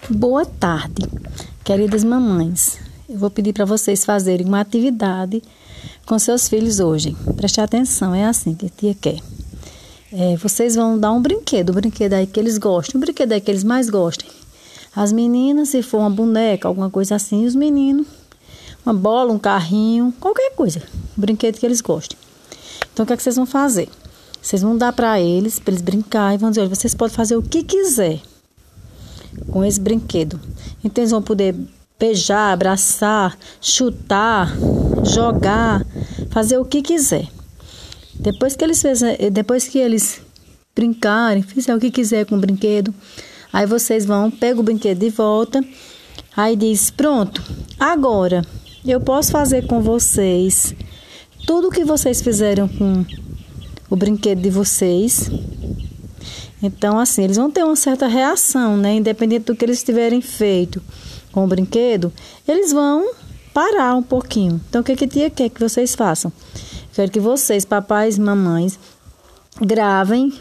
Boa tarde, queridas mamães. Eu vou pedir para vocês fazerem uma atividade com seus filhos hoje. Preste atenção, é assim que a tia quer. Vocês vão dar um brinquedo aí que eles gostem, um brinquedo aí que eles mais gostem. As meninas, se for uma boneca, alguma coisa assim, os meninos, uma bola, um carrinho, qualquer coisa, um brinquedo que eles gostem. Então, o que é que vocês vão fazer? Vocês vão dar para eles brincar e vão dizer, olha, vocês podem fazer o que quiser com esse brinquedo. Então, eles vão poder beijar, abraçar, chutar, jogar, fazer o que quiser. Depois que eles brincarem, fizer o que quiser com o brinquedo, aí vocês pegam o brinquedo de volta, aí diz, pronto, agora eu posso fazer com vocês tudo o que vocês fizeram com o brinquedo de vocês. Então, assim, eles vão ter uma certa reação, né? Independente do que eles tiverem feito com o brinquedo, eles vão parar um pouquinho. Então, o que a tia quer que vocês façam? Quero que vocês, papais e mamães, gravem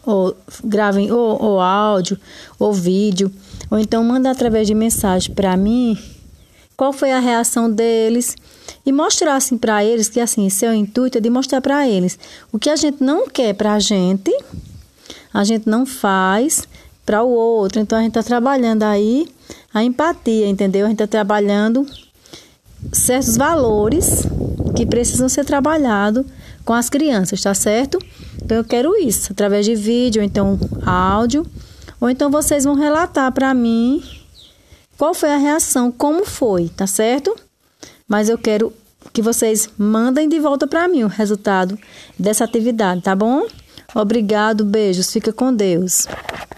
ou áudio, ou vídeo, ou então mandem através de mensagem para mim qual foi a reação deles e mostrar assim para eles que assim, seu intuito é de mostrar para eles o que a gente não quer para a gente não faz para o outro. Então, a gente está trabalhando aí a empatia, entendeu? A gente está trabalhando certos valores que precisam ser trabalhados com as crianças, tá certo? Então, eu quero isso, através de vídeo, ou então áudio, ou então vocês vão relatar para mim qual foi a reação, como foi, tá certo? Mas eu quero que vocês mandem de volta para mim o resultado dessa atividade, tá bom? Obrigado, beijos, fica com Deus.